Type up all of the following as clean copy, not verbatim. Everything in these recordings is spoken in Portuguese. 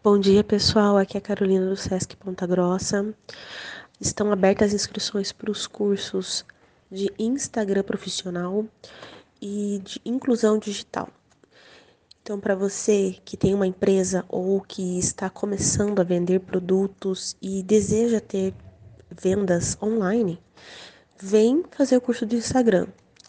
Bom dia, pessoal. Aqui é a Carolina do Sesc Ponta Grossa. Estão abertas as inscrições para os cursos de Instagram profissional e de inclusão digital. Então, para você que tem uma empresa ou que está começando a vender produtos e deseja ter vendas online, vem fazer o curso de Instagram,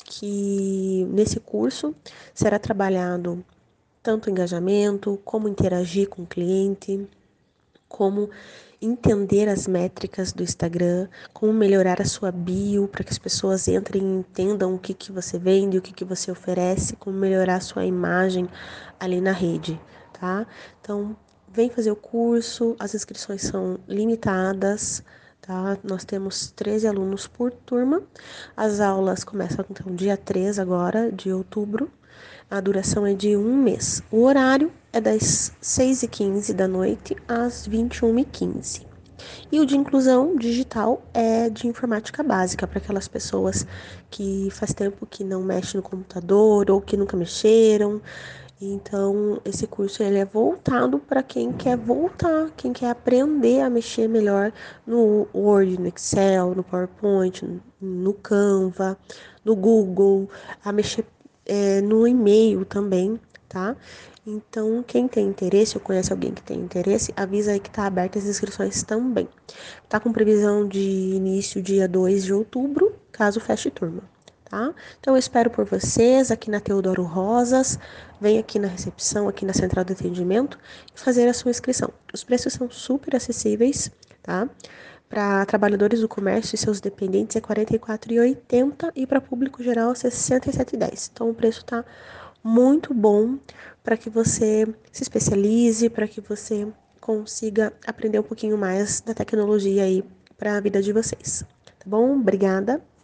que nesse curso será trabalhado tanto o engajamento, como interagir com o cliente, como entender as métricas do Instagram, como melhorar a sua bio para que as pessoas entrem e entendam o que que você vende, o que que você oferece, como melhorar a sua imagem ali na rede, tá? Então, vem fazer o curso, as inscrições são limitadas, tá? Nós temos 13 alunos por turma. As aulas começam então dia 3 agora, de outubro. A duração é de um mês. O horário é das 6h15 da noite às 21h15. E o de inclusão digital é de informática básica, para aquelas pessoas que faz tempo que não mexem no computador ou que nunca mexeram. Então, esse curso ele é voltado para quem quer voltar, quem quer aprender a mexer melhor no Word, no Excel, no PowerPoint, no Canva, no Google, a mexer no e-mail também, tá? Então, quem tem interesse ou conhece alguém que tem interesse, avisa aí que está aberta as inscrições também. Tá com previsão de início dia 2 de outubro, caso feche turma, tá? Então, eu espero por vocês aqui na Teodoro Rosas. Vem aqui na recepção, aqui na central de atendimento e fazer a sua inscrição. Os preços são super acessíveis, tá? Para trabalhadores do comércio e seus dependentes é R$ 44,80 e para público geral é R$ 67,10. Então o preço está muito bom para que você se especialize, para que você consiga aprender um pouquinho mais da tecnologia aí para a vida de vocês. Tá bom? Obrigada.